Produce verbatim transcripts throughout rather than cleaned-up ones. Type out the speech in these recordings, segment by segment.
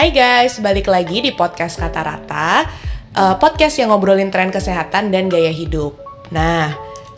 Hai guys, balik lagi di podcast Kata Rata, uh, podcast yang ngobrolin tren kesehatan dan gaya hidup. Nah,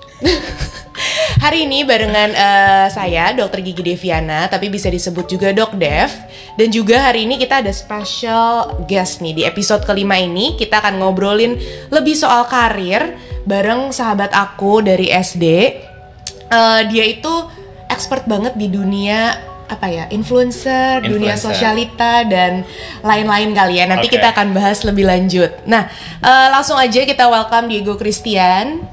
hari ini barengan uh, saya, dokter Gigi Deviana, tapi bisa disebut juga Dok Dev. Dan juga hari ini kita ada special guest nih. Di episode kelima ini kita akan ngobrolin lebih soal karir bareng sahabat aku dari S D. Uh, dia itu expert banget di dunia apa ya, influencer, influencer, dunia sosialita dan lain-lain kali ya. Nanti okay. kita akan bahas lebih lanjut. Nah, uh, langsung aja kita welcome Diego Christian.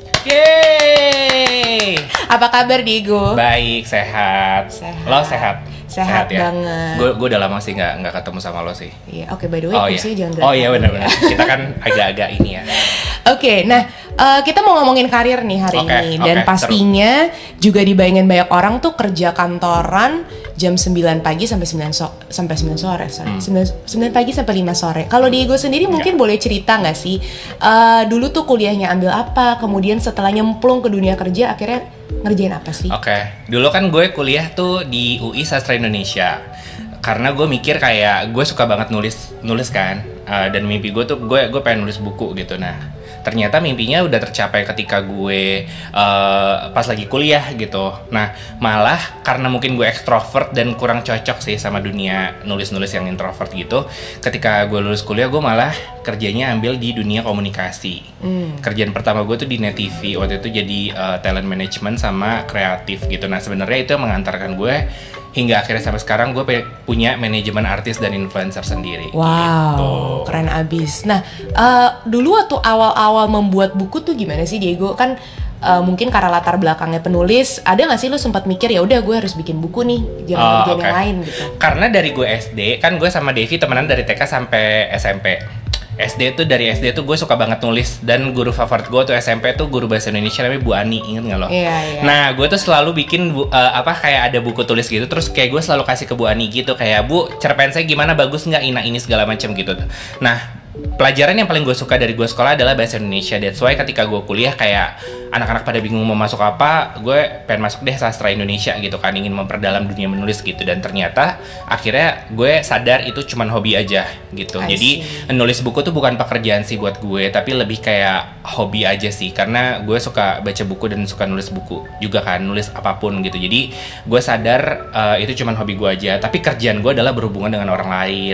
Yeay! Apa kabar Diego? Baik, sehat. Sehat. Lo sehat? Sehat, sehat ya? Banget. Gue gue udah lama sih nggak nggak ketemu sama lo sih. Iya, oke. Okay, by the way, oh, iya. jangan Oh iya benar-benar. Ya. Kita kan agak-agak ini ya. Oke, okay, nah uh, kita mau ngomongin karir nih hari okay, ini dan okay, pastinya seru. Juga dibayangin banyak orang tuh kerja kantoran jam sembilan pagi sampai sembilan so- sampai sembilan sore, sorry. Hmm. sembilan, sembilan pagi sampai lima sore. Kalau Diego sendiri mungkin yeah. boleh cerita nggak sih uh, dulu tuh kuliahnya ambil apa, kemudian setelah nyemplung ke dunia kerja akhirnya ngerjain apa sih? Oke, okay. Dulu kan gue kuliah tuh di U I Sastra Indonesia. Karena gue mikir kayak gue suka banget nulis nulis kan, uh, dan mimpi gue tuh gue gue pengen nulis buku gitu. Nah, ternyata mimpinya udah tercapai ketika gue uh, pas lagi kuliah gitu. Nah, malah karena mungkin gue ekstrovert dan kurang cocok sih sama dunia nulis-nulis yang introvert gitu. Ketika gue lulus kuliah, gue malah kerjanya ambil di dunia komunikasi. Hmm. Kerjaan pertama gue tuh di Net T V, waktu itu jadi uh, talent management sama kreatif gitu. Nah, sebenarnya itu yang mengantarkan gue hingga akhirnya sampai sekarang gue punya manajemen artis dan influencer sendiri. Wow, gitu. Keren abis. Nah, uh, dulu waktu awal-awal membuat buku tuh gimana sih Diego? Kan uh, mungkin karena latar belakangnya penulis, ada nggak sih lu sempat mikir ya udah gue harus bikin buku nih, jangan oh, kerjaan okay. yang lain gitu? Karena dari gue S D, kan gue sama Devi temenan dari T K sampai S M P. S D tuh dari S D tuh gue suka banget nulis, dan guru favorit gue tuh S M P tuh guru bahasa Indonesia namanya Bu Ani, inget nggak lo? Iya, iya. Nah gue tuh selalu bikin bu, uh, apa kayak ada buku tulis gitu, terus kayak gue selalu kasih ke Bu Ani gitu kayak, Bu cerpen saya gimana, bagus nggak, ina ini segala macam gitu. Nah pelajaran yang paling gue suka dari gue sekolah adalah bahasa Indonesia. That's why ketika gue kuliah kayak anak-anak pada bingung mau masuk apa, gue pengen masuk deh sastra Indonesia gitu kan, ingin memperdalam dunia menulis gitu. Dan ternyata akhirnya gue sadar itu cuman hobi aja gitu. Jadi nulis buku tuh bukan pekerjaan sih buat gue, tapi lebih kayak hobi aja sih, karena gue suka baca buku dan suka nulis buku juga kan, nulis apapun gitu. Jadi gue sadar uh, itu cuman hobi gue aja, tapi kerjaan gue adalah berhubungan dengan orang lain,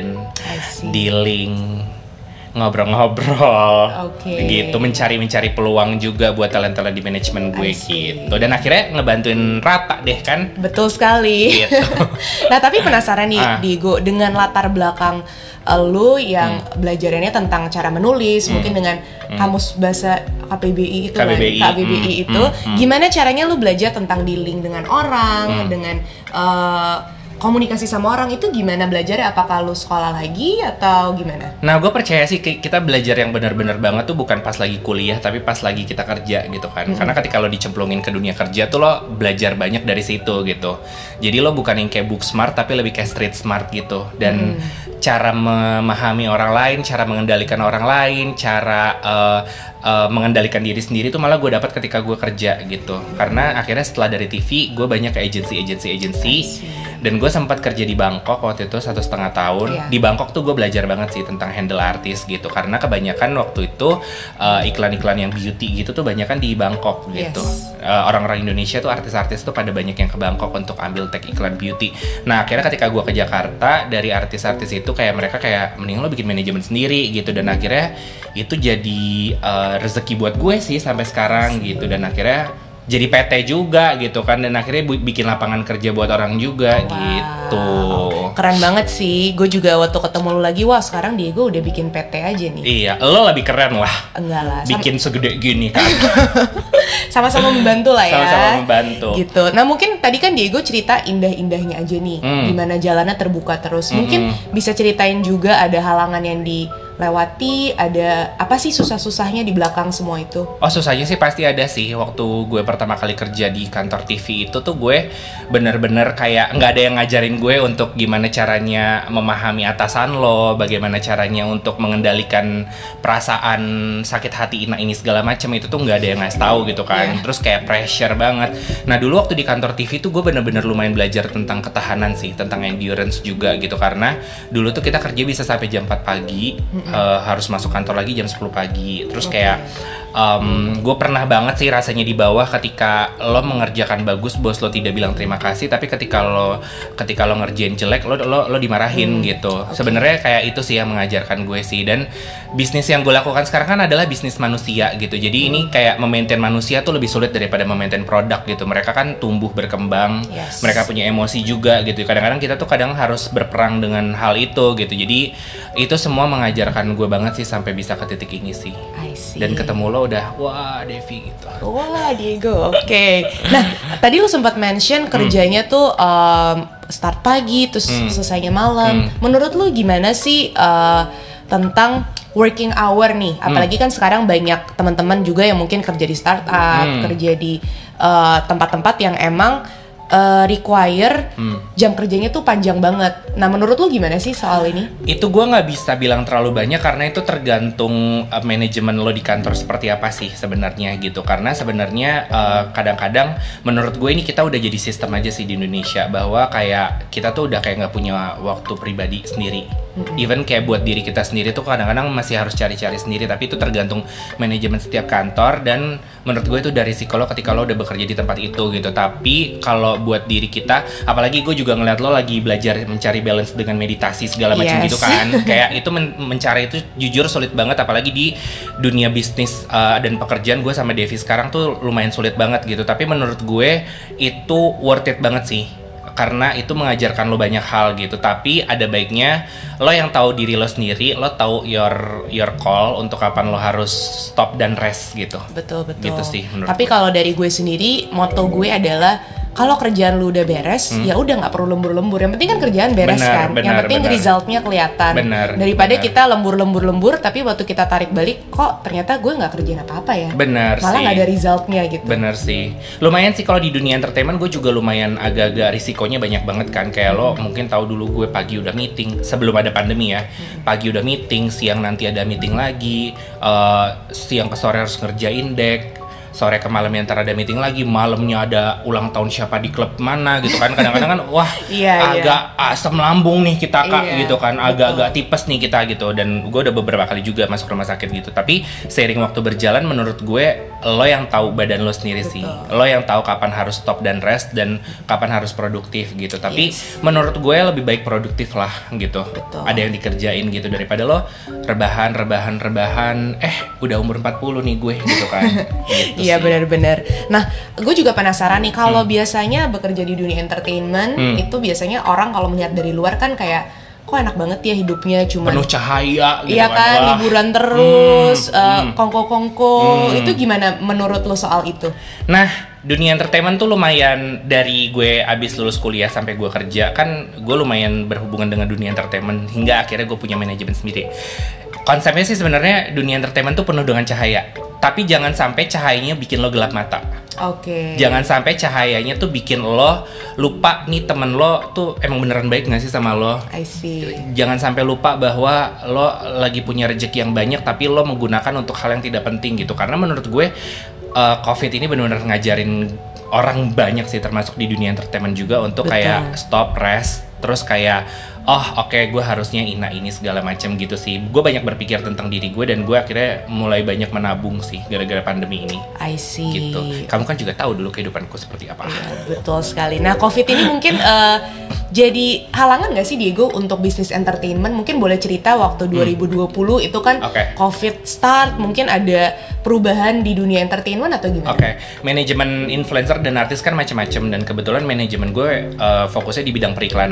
dealing, ngobrol-ngobrol, okay. gitu, mencari-mencari peluang juga buat talent-talent di manajemen gue gitu. Dan akhirnya ngebantuin Rata deh kan. Betul sekali. Gitu. Nah tapi penasaran nih ah. Diego, dengan latar belakang uh, lu yang hmm. belajarannya tentang cara menulis, hmm. mungkin dengan hmm. kamus bahasa K P B I itu, K B B I, kan, K B B I hmm. itu, hmm. gimana caranya lu belajar tentang dealing dengan orang, hmm. dengan uh, komunikasi sama orang itu gimana belajarnya? Apakah lu sekolah lagi atau gimana? Nah, gue percaya sih kita belajar yang benar-benar banget tuh bukan pas lagi kuliah, tapi pas lagi kita kerja gitu kan. Mm-hmm. Karena ketika lo dicemplungin ke dunia kerja tuh lo belajar banyak dari situ gitu. Jadi lo bukan yang kayak book smart, tapi lebih kayak street smart gitu. Dan mm. cara memahami orang lain, cara mengendalikan orang lain, cara uh, uh, mengendalikan diri sendiri tuh malah gue dapat ketika gue kerja gitu. Karena akhirnya setelah dari T V, gue banyak ke agensi-agensi-agensi. Dan gue sempat kerja di Bangkok waktu itu satu setengah tahun. Yeah. Di Bangkok tuh gue belajar banget sih tentang handle artis gitu. Karena kebanyakan waktu itu uh, iklan-iklan yang beauty gitu tuh banyakan di Bangkok gitu. Yes. Uh, orang-orang Indonesia tuh artis-artis tuh pada banyak yang ke Bangkok untuk ambil tag iklan beauty. Nah akhirnya ketika gue ke Jakarta, dari artis-artis itu kayak mereka kayak mending lo bikin manajemen sendiri gitu. Dan akhirnya itu jadi uh, rezeki buat gue sih sampai sekarang gitu. Dan akhirnya jadi P T juga gitu kan, dan akhirnya bikin lapangan kerja buat orang juga. Wow. Gitu. Keren banget sih. Gue juga waktu ketemu lu lagi, wah sekarang Diego udah bikin P T aja nih. Iya, lo lebih keren lah. Enggak lah. Bikin Sam- segede gini kan. Sama-sama membantu lah ya. Sama-sama membantu. Gitu. Nah mungkin tadi kan Diego cerita indah-indahnya aja nih, hmm. gimana jalannya terbuka terus. Mungkin hmm. bisa ceritain juga ada halangan yang di lewati? Ada apa sih susah-susahnya di belakang semua itu? Oh, susahnya sih pasti ada sih. Waktu gue pertama kali kerja di kantor T V itu tuh gue bener-bener kayak nggak ada yang ngajarin gue untuk gimana caranya memahami atasan lo, bagaimana caranya untuk mengendalikan perasaan sakit hati ini segala macam, itu tuh nggak ada yang ngasih tahu gitu kan. Yeah. Terus kayak pressure banget. Nah dulu waktu di kantor T V tuh gue bener-bener lumayan belajar tentang ketahanan sih, tentang endurance juga gitu, karena dulu tuh kita kerja bisa sampai jam empat pagi, mm-hmm. uh, harus masuk kantor lagi jam sepuluh pagi. Terus okay. kayak um, gue pernah banget sih rasanya di bawah ketika lo mengerjakan bagus, bos lo tidak bilang terima kasih, tapi ketika lo ketika lo ngerjain jelek lo lo lo dimarahin hmm. gitu. Okay. Sebenarnya kayak itu sih yang mengajarkan gue sih. Dan bisnis yang gue lakukan sekarang kan adalah bisnis manusia gitu. Jadi hmm. ini kayak memaintain manusia tuh lebih sulit daripada memaintain produk gitu. Mereka kan tumbuh berkembang, yes. mereka punya emosi juga gitu. Kadang-kadang kita tuh kadang harus berperang dengan hal itu gitu. Jadi itu semua mengajarkan gue banget sih sampai bisa ke titik ini sih. Dan ketemu lo udah wah Devi gitu. Wah Diego, oke. Okay. Nah tadi lo sempat mention kerjanya hmm. tuh um, start pagi terus hmm. selesainya malam. Hmm. Menurut lo gimana sih uh, tentang working hour nih? Apalagi hmm. kan sekarang banyak teman-teman juga yang mungkin kerja di startup, hmm. kerja di uh, tempat-tempat yang emang Uh, require hmm. jam kerjanya tuh panjang banget. Nah menurut lo gimana sih soal ini? Itu gue nggak bisa bilang terlalu banyak karena itu tergantung uh, manajemen lo di kantor seperti apa sih sebenarnya gitu. Karena sebenarnya uh, kadang-kadang menurut gue ini kita udah jadi sistem aja sih di Indonesia, bahwa kayak kita tuh udah kayak nggak punya waktu pribadi sendiri. Mm-hmm. Even kayak buat diri kita sendiri tuh kadang-kadang masih harus cari-cari sendiri. Tapi itu tergantung manajemen setiap kantor, dan menurut gue itu dari risiko lo ketika lo udah bekerja di tempat itu gitu. Tapi kalau buat diri kita, apalagi gue juga ngeliat lo lagi belajar mencari balance dengan meditasi segala macam yes. gitu kan. Kayak itu men- mencari itu jujur sulit banget, apalagi di dunia bisnis uh, dan pekerjaan. Gue sama Devi sekarang tuh lumayan sulit banget gitu. Tapi menurut gue itu worth it banget sih, karena itu mengajarkan lo banyak hal gitu. Tapi ada baiknya lo yang tahu diri lo sendiri, lo tahu your your call untuk kapan lo harus stop dan rest gitu. Betul betul. Gitu sih menurut Tapi kalau dari gue sendiri, moto gue adalah kalau kerjaan lu udah beres, hmm. ya udah nggak perlu lembur-lembur. Yang penting kan kerjaan beres bener, kan. Bener, yang penting bener. Resultnya kelihatan. Bener, Daripada bener. kita lembur-lembur-lembur, tapi waktu kita tarik balik, kok ternyata gue nggak kerjain apa-apa ya. Bener Malah nggak sih. ada resultnya gitu. Bener sih. Lumayan sih kalau di dunia entertainment gue juga lumayan agak-agak risikonya banyak banget kan. Kayak hmm. lo mungkin tahu dulu gue pagi udah meeting sebelum ada pandemi ya. Hmm. Pagi udah meeting, siang nanti ada meeting lagi, uh, siang ke sore harus ngerjain deck. Sore ke malam yang ntar ada meeting lagi, malamnya ada ulang tahun siapa di klub mana gitu kan. Kadang-kadang kan wah iya, agak iya. asam lambung nih kita kak iya, gitu kan, agak-agak tipes nih kita gitu. Dan gue udah beberapa kali juga masuk rumah sakit gitu. Tapi seiring waktu berjalan menurut gue lo yang tahu badan lo sendiri betul. Sih. Lo yang tahu kapan harus stop dan rest dan kapan harus produktif gitu. Tapi yes. menurut gue lebih baik produktif lah gitu. Betul. Ada yang dikerjain gitu daripada lo rebahan, rebahan, rebahan. Eh udah umur empat puluh nih gue gitu kan. Gitu. Iya benar-benar. Nah, gue juga penasaran nih kalau hmm. biasanya bekerja di dunia entertainment hmm. itu biasanya orang kalau melihat dari luar kan kayak kok enak banget ya hidupnya, cuma penuh cahaya gitu iya kan, Wah. liburan terus, hmm. uh, hmm. kongko-kongko. Hmm. Itu gimana menurut lo soal itu? Nah, dunia entertainment tuh lumayan, dari gue abis lulus kuliah sampai gue kerja kan gue lumayan berhubungan dengan dunia entertainment hingga akhirnya gue punya manajemen sendiri. Konsepnya sih sebenarnya dunia entertainment tuh penuh dengan cahaya, tapi jangan sampai cahayanya bikin lo gelap mata. Oke. Okay. Jangan sampai cahayanya tuh bikin lo lupa nih temen lo tuh emang beneran baik nggak sih sama lo. I see. Jangan sampai lupa bahwa lo lagi punya rezeki yang banyak tapi lo menggunakan untuk hal yang tidak penting gitu. Karena menurut gue uh, COVID ini benar-benar ngajarin orang banyak sih, termasuk di dunia entertainment juga, untuk betul. Kayak stop, rest, terus kayak oh oke okay, gue harusnya ina ini segala macam gitu sih. Gue banyak berpikir tentang diri gue dan gue akhirnya mulai banyak menabung sih gara-gara pandemi ini. I see. Gitu. Kamu kan juga tahu dulu kehidupanku seperti apa. Ya, betul sekali. Nah COVID ini mungkin uh, jadi halangan nggak sih Diego untuk bisnis entertainment? Mungkin boleh cerita waktu dua ribu dua puluh hmm. itu kan okay. COVID start, mungkin ada perubahan di dunia entertainment atau gimana? Oke, okay. Manajemen influencer dan artis kan macam-macam, dan kebetulan manajemen gue uh, fokusnya di bidang periklanan.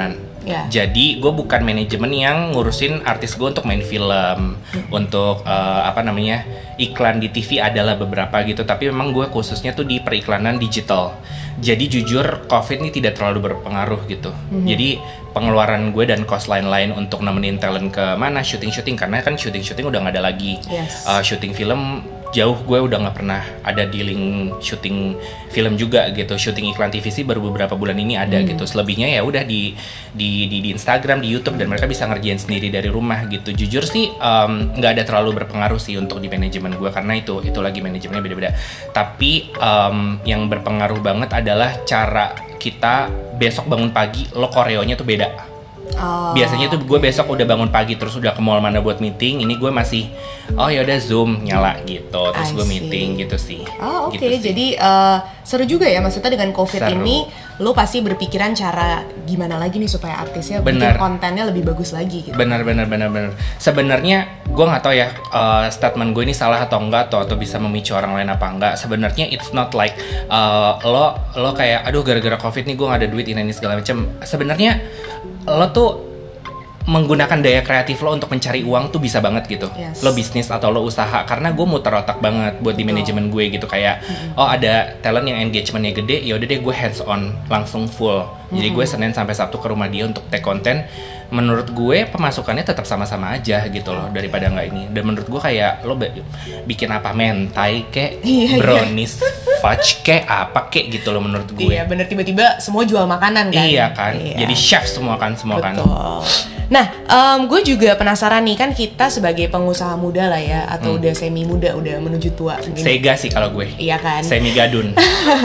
Yeah. Jadi gue bukan manajemen yang ngurusin artis gue untuk main film, hmm. untuk uh, apa namanya iklan di T V adalah beberapa gitu. Tapi memang gue khususnya tuh di periklanan digital. Jadi jujur COVID ini tidak terlalu berpengaruh gitu. Hmm. Jadi pengeluaran gue dan cost lain-lain untuk nemenin talent ke mana syuting-syuting, karena kan syuting-syuting udah nggak ada lagi. Yes. Uh, syuting film jauh gue udah nggak pernah ada dealing syuting film juga gitu. Syuting iklan T V sih baru beberapa bulan ini ada hmm. gitu. Selebihnya ya udah di, di di di Instagram, di YouTube, dan mereka bisa ngerjain sendiri dari rumah gitu. Jujur sih nggak um, ada terlalu berpengaruh sih untuk di manajemen gue, karena itu itu lagi manajemennya beda-beda. Tapi um, yang berpengaruh banget adalah cara kita besok bangun pagi, lo koreonya tuh beda. Oh, biasanya tuh gue besok udah bangun pagi terus udah ke mall mana buat meeting, ini gue masih oh ya udah Zoom nyala gitu terus gue meeting gitu sih. Oh oke, okay. gitu jadi uh, seru juga ya, maksudnya dengan COVID seru. Ini lo pasti berpikiran cara gimana lagi nih supaya artisnya bener. Bikin kontennya lebih bagus lagi gitu. Benar benar benar benar. Sebenarnya gue nggak tahu ya uh, statement gue ini salah atau enggak, atau atau bisa memicu orang lain apa enggak. Sebenarnya it's not like uh, lo lo kayak aduh gara-gara COVID nih gue nggak ada duit ini ini segala macam. Sebenarnya lo tuh menggunakan daya kreatif lo untuk mencari uang tuh bisa banget gitu. Yes. Lo bisnis atau lo usaha, karena gue muter otak banget buat di manajemen gue gitu, kayak mm-hmm. oh ada talent yang engagementnya gede, ya udah deh gue hands on langsung full. Mm-hmm. Jadi gue Senin sampai Sabtu ke rumah dia untuk take konten. Menurut gue pemasukannya tetap sama-sama aja gitu loh daripada nggak ini. Dan menurut gue kayak lo b- bikin apa, mentai kek, brownies, fudge kek, apa kek gitu loh menurut gue. Iya bener, tiba-tiba semua jual makanan kan. Iya kan, iya. Jadi chef semua kan semua betul. Kan. Nah, um, gue juga penasaran nih, kan kita sebagai pengusaha muda lah ya, atau hmm. udah semi muda, udah menuju tua. Gini. Sega sih kalau gue. Iya kan. Semi gadun.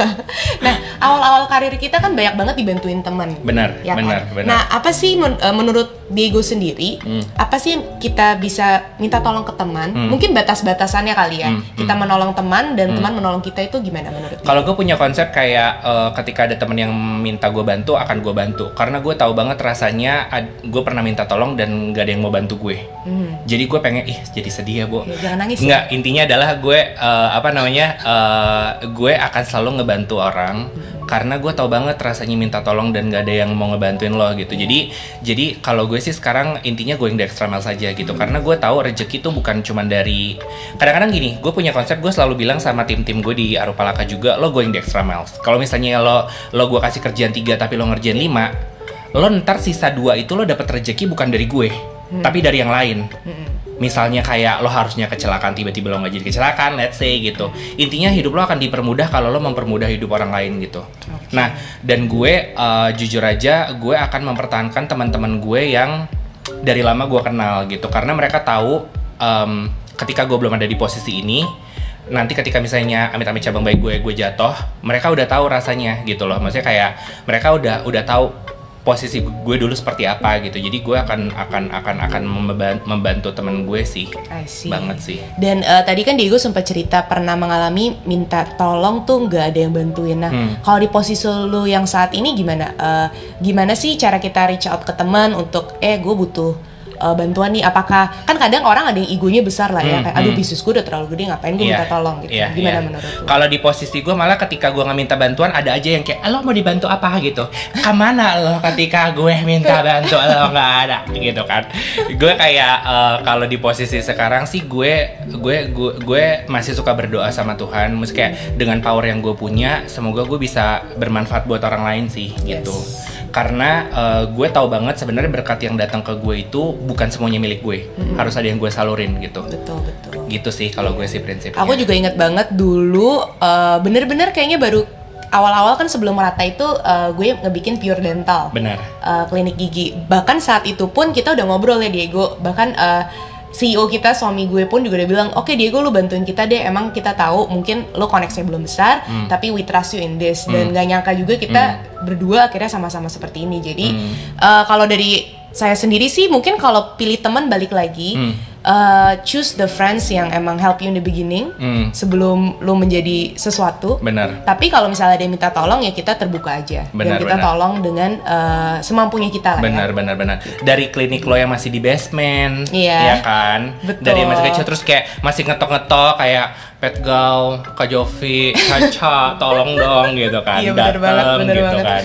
Nah, awal-awal karir kita kan banyak banget dibantuin teman. Benar, ya benar, kan? benar. Nah, apa sih men- menurut Diego sendiri, hmm. apa sih yang kita bisa minta tolong ke teman? Hmm. Mungkin batas-batasannya kali ya. Hmm. Kita menolong teman dan hmm. teman menolong kita itu gimana menurut Diego? Kalau gue punya konsep kayak uh, ketika ada teman yang minta gue bantu, akan gue bantu. Karena gue tahu banget rasanya, ad- gue pernah minta tolong dan gak ada yang mau bantu gue. Hmm. Jadi gue pengen, ih jadi sedih ya, Bo. Ya, jangan nangis. Nggak, ya. Intinya adalah gue uh, apa namanya, uh, gue akan selalu ngebantu orang. Hmm. Karena gue tahu banget rasanya minta tolong dan gak ada yang mau ngebantuin lo gitu. Jadi jadi kalau gue sih sekarang intinya going the extra mile saja gitu. Hmm. Karena gue tahu rezeki itu bukan cuma dari, kadang-kadang gini, gue punya konsep, gue selalu bilang sama tim-tim gue di Arupalaka juga, lo going the extra miles. Kalau misalnya lo lo gue kasih kerjaan tiga tapi lo ngerjain lima, lo ntar sisa dua itu lo dapet rezeki bukan dari gue, hmm. tapi dari yang lain. Hmm. Misalnya kayak lo harusnya kecelakaan, tiba-tiba lo nggak jadi kecelakaan, let's say gitu. Intinya hidup lo akan dipermudah kalau lo mempermudah hidup orang lain gitu. Okay. Nah, dan gue uh, jujur aja, gue akan mempertahankan teman-teman gue yang dari lama gue kenal gitu. Karena mereka tahu um, ketika gue belum ada di posisi ini, nanti ketika misalnya amit-amit cabang bayi gue gue jatuh, mereka udah tahu rasanya gitu loh. Maksudnya kayak mereka udah udah tahu posisi gue dulu seperti apa gitu. Jadi gue akan akan akan akan membantu teman gue sih. Banget sih. Dan uh, tadi kan Diego sempat cerita pernah mengalami minta tolong tuh nggak ada yang bantuin. Nah, hmm. kalau di posisi lu yang saat ini gimana? Uh, gimana sih cara kita reach out ke teman untuk eh gue butuh Uh, bantuan nih? Apakah kan kadang orang ada yang egonya besar lah ya, hmm, kayak aduh hmm. bisnis gue udah terlalu gede, ngapain gue yeah, minta tolong gitu. Yeah, gimana yeah. menurut lu? Kalau di posisi gue malah ketika gue nggak minta bantuan, ada aja yang kayak lo mau dibantu apa gitu. Kemana lo ketika gue minta bantu lo nggak ada gitu kan. Gue kayak uh, kalau di posisi sekarang sih gue gue gue gue masih suka berdoa sama Tuhan. Mesti kayak dengan power yang gue punya, semoga gue bisa bermanfaat buat orang lain sih gitu. Yes. Karena uh, gue tahu banget sebenarnya berkat yang datang ke gue itu bukan semuanya milik gue, mm-hmm. harus ada yang gue salurin gitu. Betul betul. Gitu sih kalau gue sih prinsipnya. Aku juga inget banget dulu, uh, bener-bener kayaknya baru awal-awal kan sebelum Merata itu uh, gue ngebikin Pure Dental. Benar. Uh, klinik gigi. Bahkan saat itu pun kita udah ngobrol ya Diego. Bahkan uh, C E O kita, suami gue pun juga udah bilang, oke okay, Diego lu bantuin kita deh, emang kita tahu mungkin lu koneksinya belum besar, hmm. tapi we trust you in this. Dan hmm. gak nyangka juga kita hmm. berdua akhirnya sama-sama seperti ini. Jadi hmm. uh, kalau dari saya sendiri sih mungkin kalau pilih teman balik lagi, hmm. uh, choose the friends yang emang help you in the beginning, hmm. sebelum lu menjadi sesuatu. Benar. Tapi kalau misalnya dia minta tolong ya kita terbuka aja. Benar, dan kita benar. tolong dengan uh, semampunya kita lah. Benar, ya. benar, benar. Dari klinik lo yang masih di basement, yeah. ya kan? Betul. Dari yang masih kecil terus kayak masih ngetok-ngetok kayak Petgau, Kak Jovi, Caca, tolong dong gitu kan. Iya benar banget, benar gitu banget. Kan.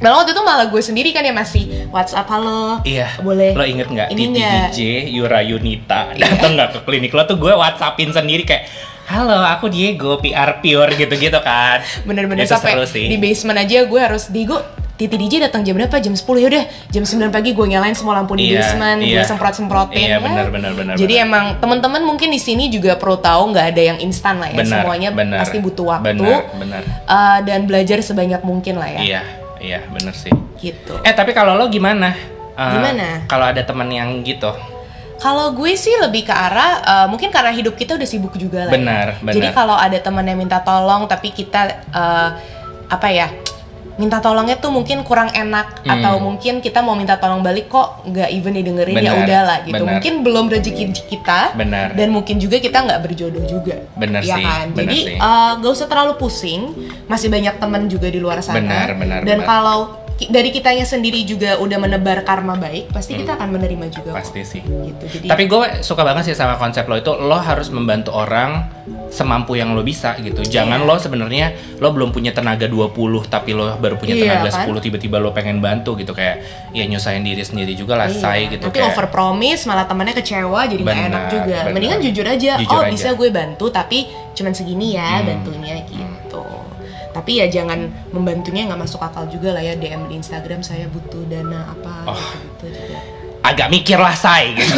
Malah waktu itu malah gue sendiri kan ya masih WhatsApp, halo. Iya. Boleh. Lo inget nggak? Ini Titi nggak? D J Yura Yunita datang nggak ke klinik lo tuh gue WhatsAppin sendiri kayak, halo aku Diego P R Pure gitu-gitu kan. Bener-bener Itu sampai seru sih. di basement aja gue harus Diego. Titi D J datang jam berapa? Jam sepuluh, yaudah jam sembilan pagi gue nyalain semua lampu di Iya, basement, iya. gue semprot-semprotin. Iya, ya. benar, benar, benar, Jadi benar. emang teman-teman mungkin di sini juga perlu tahu nggak ada yang instan lah ya, Benar, semuanya benar, pasti butuh waktu. benar, benar. Uh, dan belajar sebanyak mungkin lah ya. Iya, iya bener sih. Gitu. Eh tapi kalau lo gimana? Uh, Gimana? Kalau ada teman yang gitu? Kalau gue sih lebih ke arah uh, mungkin karena hidup kita udah sibuk juga lah. Benar, ya. benar. Jadi kalau ada teman yang minta tolong tapi kita uh, apa ya? Minta tolongnya tuh mungkin kurang enak Hmm. atau mungkin kita mau minta tolong balik kok nggak even didengerin, ya Benar, udahlah gitu. benar. Mungkin belum rezeki kita. Benar. Dan mungkin juga kita nggak berjodoh juga. Benar ya sih, kan? benar Jadi sih. uh, gak usah terlalu pusing. Masih banyak teman juga di luar sana. Benar, benar, Dan benar. kalau ki- dari kitanya sendiri juga udah menebar karma baik, pasti kita akan menerima juga. kok. Pasti sih. Gitu. Jadi Tapi gue suka banget sih sama konsep lo itu, lo harus membantu orang semampu yang lo bisa gitu. Jangan Iya. lo sebenarnya lo belum punya tenaga dua puluh tapi lo baru punya Iya, tenaga kan? sepuluh, tiba-tiba lo pengen bantu gitu, kayak ya nyusahin diri sendiri juga lah, say Iya, gitu nanti kayak. over promise malah temannya kecewa jadi nggak Benar, enak juga. benar. Mendingan jujur aja, Jujur oh aja. bisa gue bantu tapi cuman segini ya Hmm. bantunya gitu. Tapi ya jangan membantunya nggak masuk akal juga lah ya, D M di Instagram saya butuh dana apa Oh. gitu, juga. Agak mikir lah, say gitu.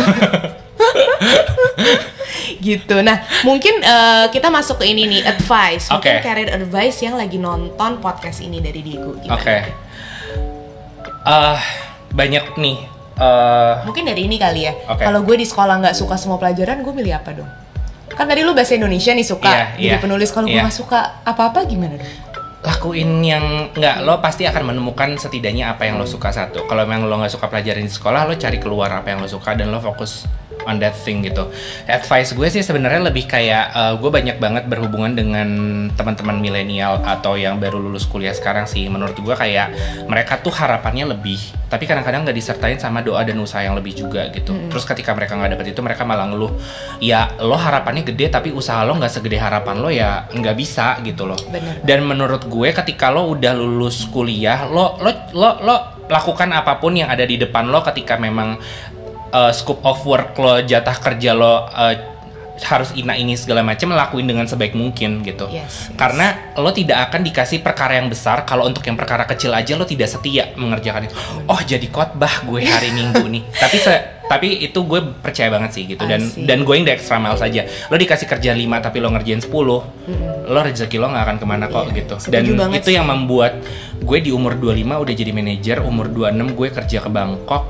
Gitu. Nah, mungkin eh, kita masuk ke ini nih, advice. Mungkin Oke. career advice yang lagi nonton podcast ini dari Diego. Gimana? Oke. Eh, banyak nih. eh Mungkin dari ini kali ya. Oke. Kalau gue di sekolah nggak suka semua pelajaran, gue milih apa dong? Kan tadi lu bahasa Indonesia nih suka, Iya, jadi iya, penulis. Kalau gue iya. nggak suka apa-apa gimana dong? lakuin yang nggak, lo pasti akan menemukan setidaknya apa yang lo suka. Satu, kalau memang lo nggak suka pelajaran di sekolah, lo cari keluar apa yang lo suka dan lo fokus on that thing gitu. Advice gue sih sebenarnya lebih kayak uh, gue banyak banget berhubungan dengan teman-teman milenial atau yang baru lulus kuliah sekarang sih. Menurut gue kayak mereka tuh harapannya lebih, tapi kadang-kadang nggak disertain sama doa dan usaha yang lebih juga gitu. Mm-hmm. Terus ketika mereka nggak dapet itu, mereka malah ngeluh, ya lo harapannya gede tapi usaha lo nggak segede harapan lo, ya nggak bisa gitu loh. Bener. Dan menurut gue ketika lo udah lulus kuliah, lo lo lo lo lakukan apapun yang ada di depan lo. Ketika memang uh, scope of work lo, jatah kerja lo uh, harus ina ini segala macam, lakuin dengan sebaik mungkin gitu. Yes, yes. Karena lo tidak akan dikasih perkara yang besar kalau untuk yang perkara kecil aja lo tidak setia mengerjakan itu. Oh, jadi khotbah gue hari Minggu nih. Tapi se tapi itu gue percaya banget sih gitu. Dan Asik. dan gue yang the extra mile saja. Lo dikasih kerja lima tapi lo ngerjain sepuluh, mm-hmm. lo rezeki lo nggak akan kemana kok Iya, gitu. setuju Dan banget itu sih. yang membuat gue di umur dua puluh lima udah jadi manajer, umur dua puluh enam gue kerja ke Bangkok,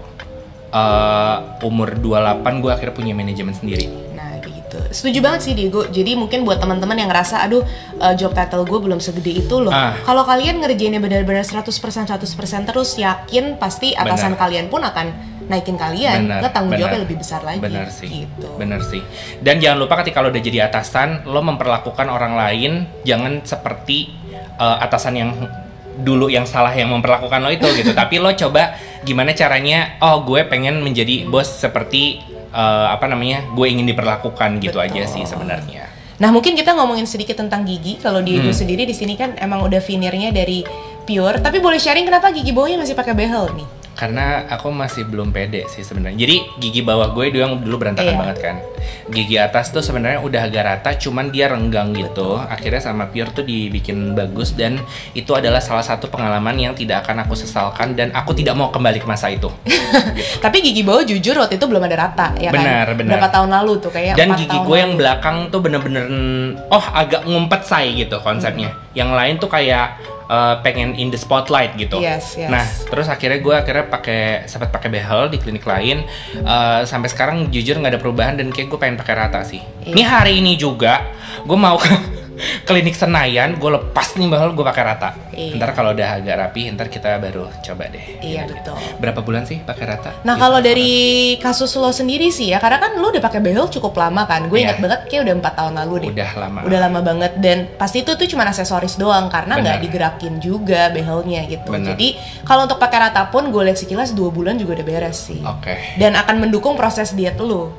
uh, umur dua puluh delapan gue akhirnya punya manajemen sendiri. Nah gitu, setuju banget sih Diego. Jadi mungkin buat teman-teman yang ngerasa, aduh uh, job title gue belum segede itu loh. Ah. Kalau kalian ngerjainnya benar-benar seratus persen seratus persen terus, yakin pasti atasan Benar. kalian pun akan naikin kalian. Benar, Lo tanggung benar. jawabnya lebih besar lagi. Benar sih, Gitu. benar sih. Dan jangan lupa ketika lo udah jadi atasan, lo memperlakukan orang lain jangan seperti uh, atasan yang dulu yang salah yang memperlakukan lo itu gitu. Tapi lo coba gimana caranya, oh gue pengen menjadi bos seperti uh, apa namanya, gue ingin diperlakukan gitu. Betul. Aja sih sebenarnya. Nah mungkin kita ngomongin sedikit tentang gigi. Kalau Diego Hmm. sendiri di sini kan emang udah veneernya dari Pure. Tapi boleh sharing kenapa gigi bawahnya masih pakai behel nih? Karena aku masih belum pede sih sebenarnya. Jadi gigi bawah gue dulu yang dulu berantakan Iya. banget kan. Gigi atas tuh sebenarnya udah agak rata, cuman dia renggang gitu. Akhirnya sama Pure tuh dibikin bagus, dan itu adalah salah satu pengalaman yang tidak akan aku sesalkan dan aku tidak mau kembali ke masa itu. Tapi gigi bawah jujur waktu itu belum ada rata ya kan? Benar, benar. Berapa tahun lalu tuh kayak Dan empat gigi tahun gue yang lalu. belakang tuh bener-bener oh agak ngumpet say gitu konsepnya. Hmm. Yang lain tuh kayak uh, pengen in the spotlight gitu. Yes, yes. Nah, terus akhirnya gue akhirnya pakai sempat pakai behel di klinik lain. Uh, sampai sekarang jujur nggak ada perubahan dan kayak gue pengen pakai rata sih. Iya. Ini hari ini juga gue mau ke klinik Senayan, gue lepas nih behel, gue pakai rata. Iya. Ntar kalau udah agak rapi, ntar kita baru coba deh. Iya, Gimana? betul. Berapa bulan sih pakai rata? Nah Gitu. kalau dari kasus lo sendiri sih ya, karena kan lo udah pakai behel cukup lama kan. Gue Iya. ingat banget kayak udah empat tahun lalu deh. Udah lama. Udah lama banget, dan pasti itu tuh cuma aksesoris doang karena nggak Benar. digerakin juga behelnya gitu. Benar. Jadi kalau untuk pakai rata pun gue lihat sekilas dua bulan juga udah beres sih. Oke. Dan akan mendukung proses diet lo.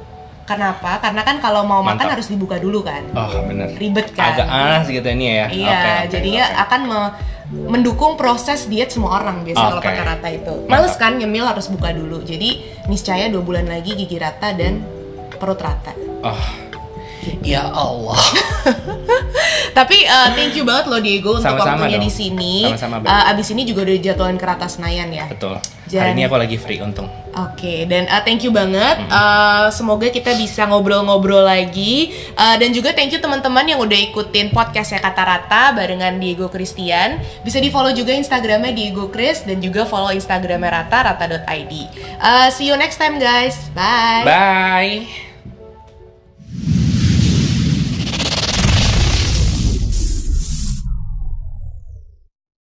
Kenapa? Karena kan kalau mau Mantap. makan harus dibuka dulu kan. Oh bener. Ribet kan. Agak anas gitu ini ya. Iya, Oke, oke, jadinya oke. akan me- mendukung proses diet semua orang biasanya kalau Oke. pakai Rata itu. Males kan nyemil harus buka dulu. Jadi niscaya dua bulan lagi gigi Rata dan perut Rata. Oh. Ya Allah. Tapi uh, thank you banget loh Diego untuk Sama-sama waktunya dong. di sini. Sama-sama, Beb. Uh, abis ini juga udah dijadwalin ke Rata Senayan ya. Betul. Jangan- Hari ini aku lagi free untung. Oke, dan uh, thank you banget. Uh, semoga kita bisa ngobrol-ngobrol lagi. Uh, dan juga thank you teman-teman yang udah ikutin podcastnya Kata Rata barengan Diego Christian. Bisa di follow juga Instagramnya Diego Chris dan juga follow Instagramnya Rata rata dot i d. Uh, see you next time guys. Bye. Bye.